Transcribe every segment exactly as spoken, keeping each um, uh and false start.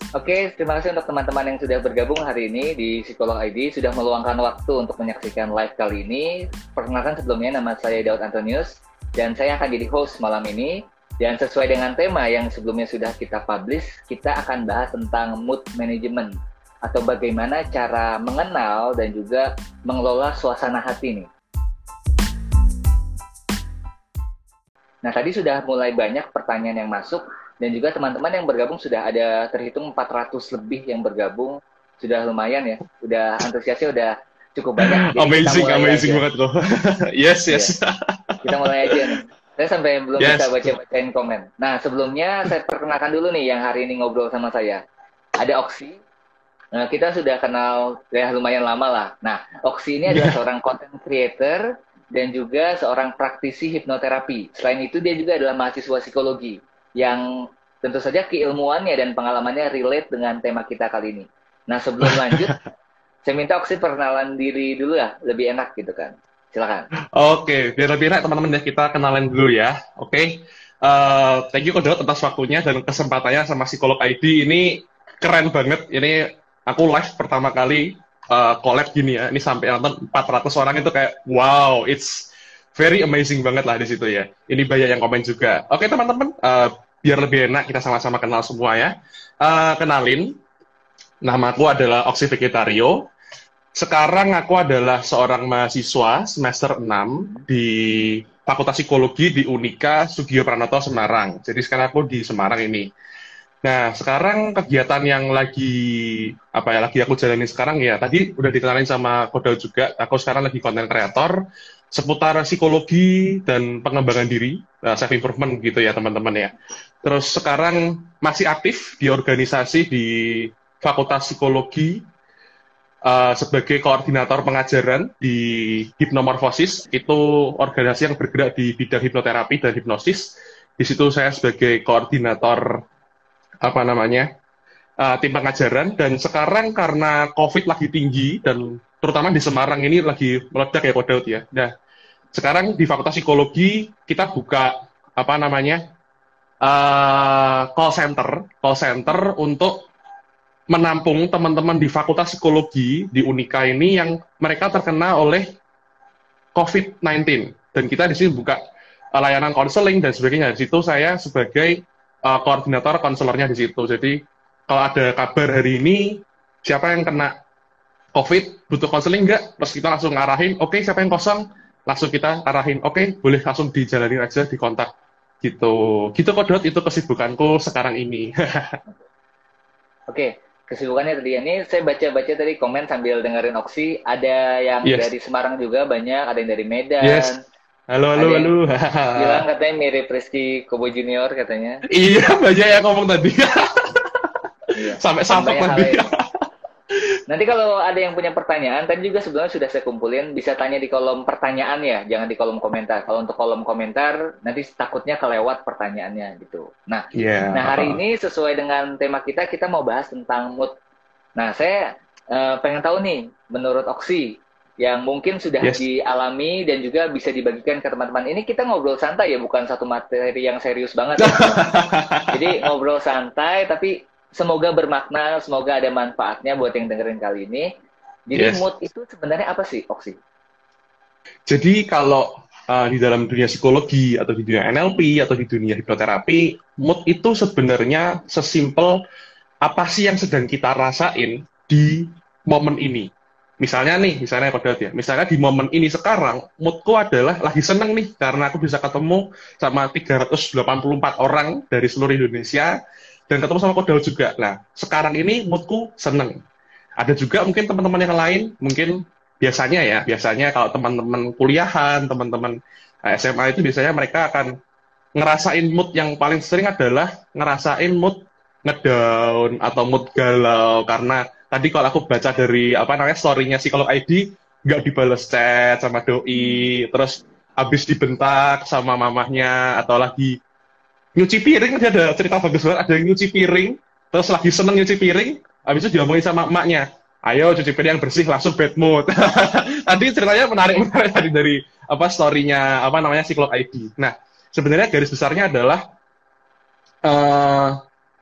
Oke, terima kasih untuk teman-teman yang sudah bergabung hari ini di Psikolog I D, sudah meluangkan waktu untuk menyaksikan live kali ini. Perkenalkan sebelumnya, nama saya Daud Antonius, dan saya akan jadi host malam ini. Dan sesuai dengan tema yang sebelumnya sudah kita publish, kita akan bahas tentang mood management, atau bagaimana cara mengenal dan juga mengelola suasana hati nih. Nah, tadi sudah mulai banyak pertanyaan yang masuk, dan juga teman-teman yang bergabung sudah ada terhitung empat ratus lebih yang bergabung. Sudah lumayan ya, udah antusiasnya udah cukup banyak. Jadi amazing, amazing aja. Banget loh. Yes, yes. Ya, kita mulai aja nih. Saya sampai belum yes. bisa baca-bacain komen. Nah, sebelumnya saya perkenalkan dulu nih yang hari ini ngobrol sama saya. Ada Oksi. Nah, kita sudah kenal ya lumayan lama lah. Nah, Oksi ini adalah yeah. seorang content creator dan juga seorang praktisi hipnoterapi. Selain itu, dia juga adalah mahasiswa psikologi yang tentu saja keilmuannya dan pengalamannya relate dengan tema kita kali ini. Nah, sebelum lanjut, saya minta Oksi perkenalan diri dulu ya, lebih enak gitu kan. Silakan. Oke, biar lebih enak teman-teman ya, kita kenalan dulu ya. Oke, uh, thank you Kodot atas waktunya dan kesempatannya sama Psikolog I D. Ini keren banget, ini aku live pertama kali uh, collab gini ya. Ini sampai nonton empat ratus orang, itu kayak wow, it's very amazing banget lah di situ ya. Ini banyak yang komen juga. Oke teman-teman, uh, biar lebih enak kita sama-sama kenal semua ya. Uh, kenalin, namaku adalah Oksi Vegetario. Sekarang aku adalah seorang mahasiswa semester enam di Fakultas Psikologi di Unika Sugio Pranoto Semarang. Jadi sekarang aku di Semarang ini. Nah, sekarang kegiatan yang lagi apa ya lagi aku jalani sekarang ya, tadi udah dikenalin sama Kodal juga. Aku sekarang lagi content creator seputar psikologi dan pengembangan diri, uh, self improvement gitu ya teman-teman ya. Terus sekarang masih aktif di organisasi di Fakultas Psikologi uh, sebagai koordinator pengajaran di Hipnomorfosis. Itu organisasi yang bergerak di bidang hipnoterapi dan hipnosis. Di situ saya sebagai koordinator apa namanya uh, tim pengajaran. Dan sekarang karena COVID lagi tinggi dan terutama di Semarang ini lagi meledak ya Kodaut ya. Nah, sekarang di Fakultas Psikologi kita buka apa namanya uh, call center, call center untuk menampung teman-teman di Fakultas Psikologi di Unika ini yang mereka terkena oleh COVID sembilan belas. Dan kita di sini buka uh, layanan konseling dan sebagainya. Di situ saya sebagai uh, koordinator konselornya di situ. Jadi kalau ada kabar hari ini siapa yang kena COVID, butuh konseling nggak? Terus kita langsung ngarahin, oke okay, siapa yang kosong? Langsung kita arahin, oke okay, boleh langsung dijalanin aja, dikontak. Gitu. Gitu Kodot, itu kesibukanku sekarang ini. Oke, okay, kesibukannya tadi. Ini saya baca-baca tadi komen sambil dengerin Oksi. Ada yang yes. dari Semarang juga banyak, ada yang dari Medan. Yes. Halo, halo, halo. Bilang katanya mirip Rizky Kobo Junior katanya. Iya, banyak yang ngomong tadi. Iya. Sampai sampai tadi. Nanti kalau ada yang punya pertanyaan, tadi juga sebenarnya sudah saya kumpulin, bisa tanya di kolom pertanyaan ya, jangan di kolom komentar. Kalau untuk kolom komentar, nanti takutnya kelewat pertanyaannya gitu. Nah, yeah. nah hari ini sesuai dengan tema kita, kita mau bahas tentang mood. Nah, saya uh, pengen tahu nih, menurut Oksi, yang mungkin sudah yes. dialami dan juga bisa dibagikan ke teman-teman. Ini kita ngobrol santai ya, bukan satu materi yang serius banget. Ya. Jadi ngobrol santai, tapi semoga bermakna, semoga ada manfaatnya buat yang dengerin kali ini. Jadi yes. mood itu sebenarnya apa sih, Oksi? Jadi kalau uh, di dalam dunia psikologi atau di dunia N L P atau di dunia hipnoterapi, mood itu sebenarnya sesimpel apa sih yang sedang kita rasain di momen ini. Misalnya nih, misalnya Kodot ya, misalnya di momen ini sekarang, moodku adalah lagi seneng nih, karena aku bisa ketemu sama tiga ratus delapan puluh empat orang dari seluruh Indonesia, dan ketemu sama Kodal juga. Nah, sekarang ini moodku seneng. Ada juga mungkin teman-teman yang lain, mungkin biasanya ya, biasanya kalau teman-teman kuliahan, teman-teman S M A itu biasanya mereka akan ngerasain mood yang paling sering adalah ngerasain mood ngedown atau mood galau. Karena tadi kalau aku baca dari apa namanya story-nya Psikolog I D, nggak dibales chat sama doi, terus habis dibentak sama mamahnya, atau lagi nyuci piring. Dia ada cerita bagus banget, ada yang nyuci piring, terus lagi seneng nyuci piring, habis itu diomongin sama emaknya, ayo cuci piring yang bersih, langsung bad mood. Tadi ceritanya menarik-menarik tadi dari apa story-nya apa namanya Psikolog I D. Nah, sebenarnya garis besarnya adalah uh,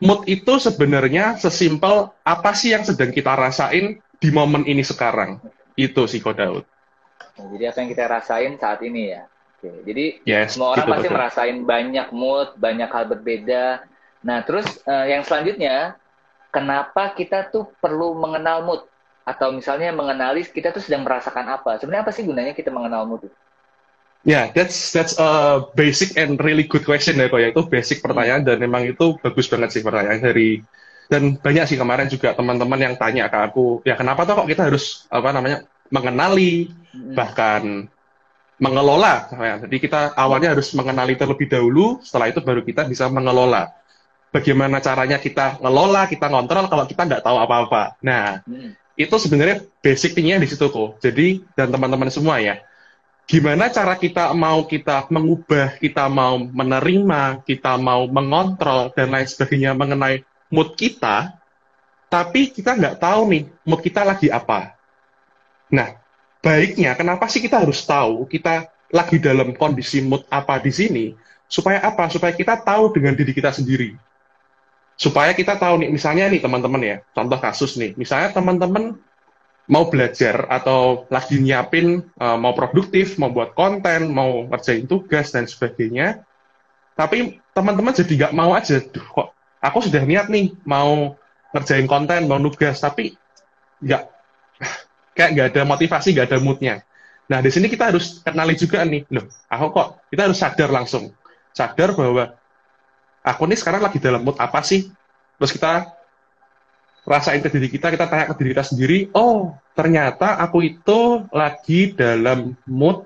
mood itu sebenarnya sesimpel apa sih yang sedang kita rasain di momen ini sekarang. Itu sih Ko Daud. Nah, jadi apa yang kita rasain saat ini ya. Oke, jadi Yes, semua orang gitu, pasti betul. merasain banyak mood, banyak hal berbeda. Nah, terus uh, yang selanjutnya, kenapa kita tuh perlu mengenal mood? Atau misalnya mengenali kita tuh sedang merasakan apa? Sebenarnya apa sih gunanya kita mengenal mood? Ya, yeah, that's that's a basic and really good question ya, Ko. Ya. Itu basic pertanyaan dan memang itu bagus banget sih pertanyaan dari dan banyak sih kemarin juga teman-teman yang tanya ke aku, ya kenapa tuh kok kita harus apa namanya mengenali Hmm. bahkan mengelola. Ya, jadi kita awalnya harus mengenali terlebih dahulu, setelah itu baru kita bisa mengelola. Bagaimana caranya kita ngelola, kita ngontrol kalau kita nggak tahu apa-apa. Nah, Hmm. itu sebenarnya basic thing-nya di situ kok. Jadi, dan teman-teman semua ya, gimana cara kita mau kita mengubah, kita mau menerima, kita mau mengontrol, dan lain sebagainya mengenai mood kita, tapi kita nggak tahu nih, mood kita lagi apa. Nah, baiknya, kenapa sih kita harus tahu kita lagi dalam kondisi mood apa di sini? Supaya apa? Supaya kita tahu dengan diri kita sendiri. Supaya kita tahu nih, misalnya nih teman-teman ya, contoh kasus nih, misalnya teman-teman mau belajar atau lagi nyiapin uh, mau produktif, mau buat konten, mau ngerjain tugas dan sebagainya, tapi teman-teman jadi nggak mau aja, duh kok aku sudah niat nih mau ngerjain konten, mau nugas, tapi nggak kayak nggak ada motivasi, nggak ada moodnya. Nah di sini kita harus kenali juga nih, loh aku kok kita harus sadar langsung, sadar bahwa aku nih sekarang lagi dalam mood apa sih, terus kita rasain ke diri kita, kita tanya ke diri kita sendiri, oh ternyata aku itu lagi dalam mood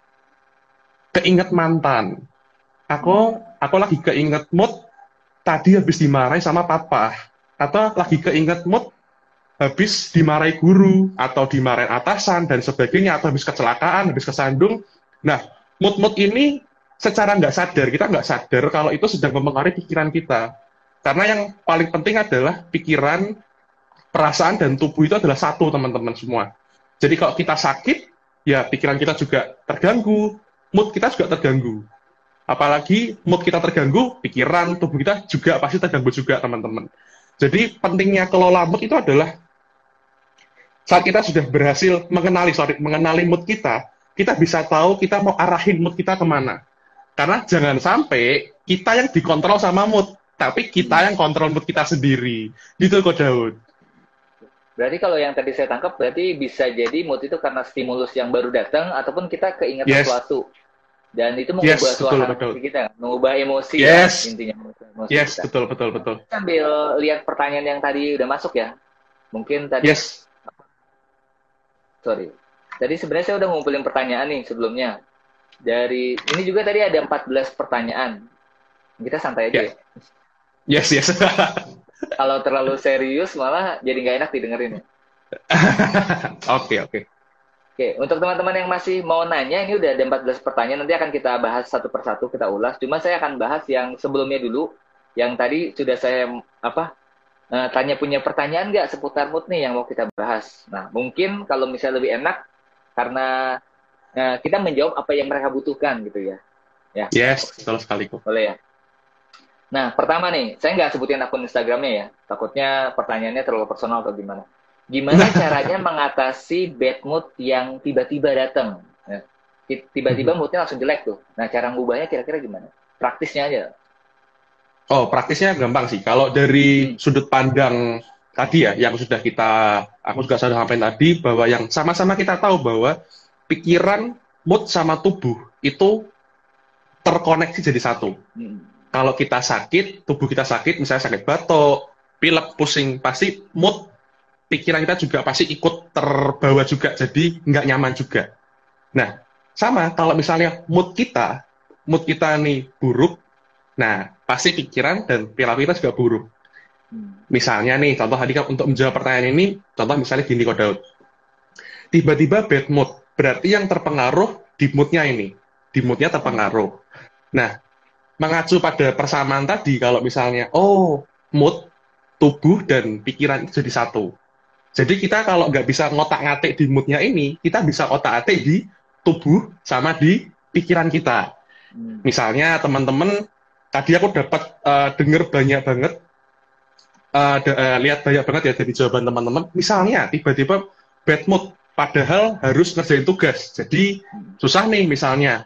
keinget mantan. Aku aku lagi keinget mood tadi habis dimarahi sama papa. Atau lagi keinget mood habis dimarahi guru, atau dimarahin atasan, dan sebagainya, atau habis kecelakaan, habis kesandung. Nah, mood-mood ini secara nggak sadar, kita nggak sadar kalau itu sedang mempengaruhi pikiran kita. Karena yang paling penting adalah pikiran, perasaan, dan tubuh itu adalah satu, teman-teman semua. Jadi kalau kita sakit, ya pikiran kita juga terganggu, mood kita juga terganggu. Apalagi mood kita terganggu, pikiran, tubuh kita juga pasti terganggu juga, teman-teman. Jadi pentingnya kelola mood itu adalah saat kita sudah berhasil mengenali, sorry, mengenali mood kita, kita bisa tahu kita mau arahin mood kita kemana. Karena jangan sampai kita yang dikontrol sama mood, tapi kita yang kontrol mood kita sendiri. Gitu Ko Daud. Berarti kalau yang tadi saya tangkap, berarti bisa jadi mood itu karena stimulus yang baru datang, ataupun kita keinget Yes. sesuatu. Dan itu mengubah Yes, betul, suasana betul. kita, mengubah emosi Yes. ya, intinya. Emosi Yes, kita. betul, betul, betul. Sambil lihat pertanyaan yang tadi udah masuk ya. Mungkin tadi, Yes. sorry. Tadi sebenarnya saya udah ngumpulin pertanyaan nih sebelumnya. Dari, ini juga tadi ada empat belas pertanyaan. Kita santai aja Yeah. ya. Yes, yes. Kalau terlalu serius malah jadi nggak enak didengerin ya. Oke, oke. Oke, untuk teman-teman yang masih mau nanya, ini udah ada empat belas pertanyaan, nanti akan kita bahas satu persatu, kita ulas. Cuma saya akan bahas yang sebelumnya dulu, yang tadi sudah saya apa uh, tanya punya pertanyaan nggak seputar mood nih yang mau kita bahas. Nah, mungkin kalau misalnya lebih enak, karena uh, kita menjawab apa yang mereka butuhkan gitu ya. Ya. Yes, betul sekali kok. Boleh ya. Nah, pertama nih, saya nggak sebutin akun Instagramnya ya, takutnya pertanyaannya terlalu personal atau gimana. Gimana caranya mengatasi bad mood yang tiba-tiba datang? Nah, tiba-tiba moodnya langsung jelek tuh. Nah, cara ngubahnya kira-kira gimana? Praktisnya aja. Oh, praktisnya gampang sih. Kalau dari hmm. sudut pandang tadi ya, yang sudah kita, aku juga sudah sampaikan tadi, bahwa yang sama-sama kita tahu bahwa pikiran, mood, sama tubuh itu terkoneksi jadi satu. Hmm. Kalau kita sakit, tubuh kita sakit, misalnya sakit batuk, pilek, pusing, pasti mood, pikiran kita juga pasti ikut terbawa juga, jadi nggak nyaman juga. Nah, sama kalau misalnya mood kita, mood kita nih buruk, nah pasti pikiran dan perilaku kita juga buruk. Misalnya nih, contoh tadi untuk menjawab pertanyaan ini, contoh misalnya gini Ko Daud, tiba-tiba bad mood, berarti yang terpengaruh di moodnya ini, di moodnya terpengaruh. Nah, mengacu pada persamaan tadi, kalau misalnya, oh, mood, tubuh, dan pikiran itu jadi satu. Jadi kita kalau nggak bisa ngotak-ngatik di moodnya ini, kita bisa otak-atik di tubuh sama di pikiran kita. Misalnya teman-teman, tadi aku dapat uh, dengar banyak banget uh, da- uh, lihat banyak banget ya dari jawaban teman-teman. Misalnya tiba-tiba bad mood, padahal harus ngerjain tugas. Jadi susah nih misalnya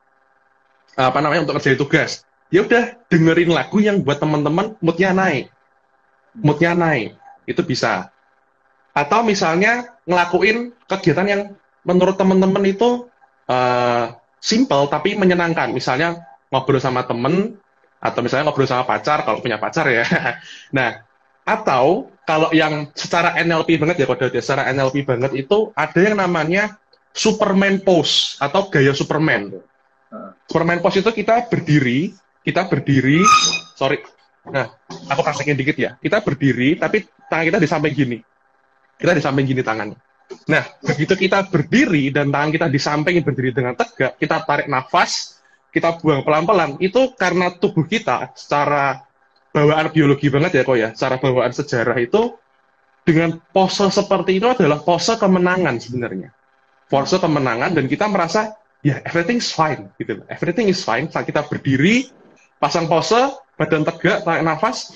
apa namanya untuk ngerjain tugas. Ya udah dengerin lagu yang buat teman-teman moodnya naik, moodnya naik itu bisa. Atau misalnya ngelakuin kegiatan yang menurut teman-teman itu uh, simple tapi menyenangkan. Misalnya ngobrol sama temen, atau misalnya ngobrol sama pacar, kalau punya pacar ya. Nah, atau kalau yang secara N L P banget ya, kode secara N L P banget itu ada yang namanya Superman pose atau gaya Superman. Superman pose itu kita berdiri, kita berdiri, sorry, nah, aku praktekin dikit ya. Kita berdiri, tapi tangan kita di samping gini. Kita di samping gini tangannya. Nah, begitu kita berdiri dan tangan kita di samping berdiri dengan tegak, kita tarik nafas, kita buang pelan-pelan, itu karena tubuh kita secara bawaan biologi banget ya kok ya, secara bawaan sejarah itu dengan pose seperti itu adalah pose kemenangan sebenarnya. Pose kemenangan dan kita merasa ya everything's fine gitu. Everything is fine saat kita berdiri, pasang pose, badan tegak, tarik nafas.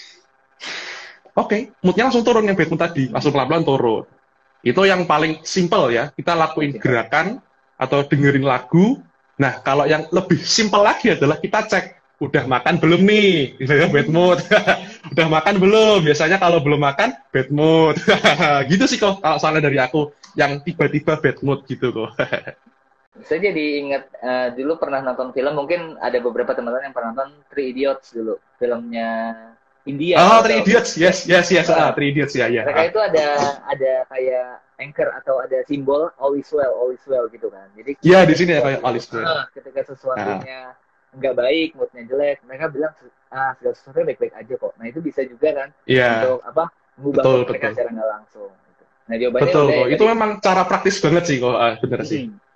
Oke, okay, moodnya langsung turun yang bad mood tadi, langsung pelan-pelan turun. Itu yang paling simple ya, kita lakuin gerakan atau dengerin lagu. Nah, kalau yang lebih simple lagi adalah kita cek, udah makan belum nih, bad mood. Udah makan belum? Biasanya kalau belum makan, bad mood. Gitu sih kok, kalau soalnya dari aku, yang tiba-tiba bad mood gitu kok. Saya jadi ingat uh, dulu pernah nonton film, mungkin ada beberapa teman-teman yang pernah nonton Three Idiots dulu, filmnya India. Oh, Three Idiots, yes, yes, yes, ah, Three Idiots ya, ya. Mereka itu ada ada kayak anchor atau ada simbol all is well, all is well gitu kan. Jadi ya di sini ya kayak all is well. Uh, ketika sesuatunya nggak baik, moodnya jelek, mereka bilang ah segala sesuatu baik-baik aja kok. Nah itu bisa juga kan yeah. untuk apa mengubah betul, mereka betul. secara nggak langsung. Gitu. Nah jawabannya betul udah, kok. Ya, itu memang cara praktis banget sih kok, ah, bener hmm. sih.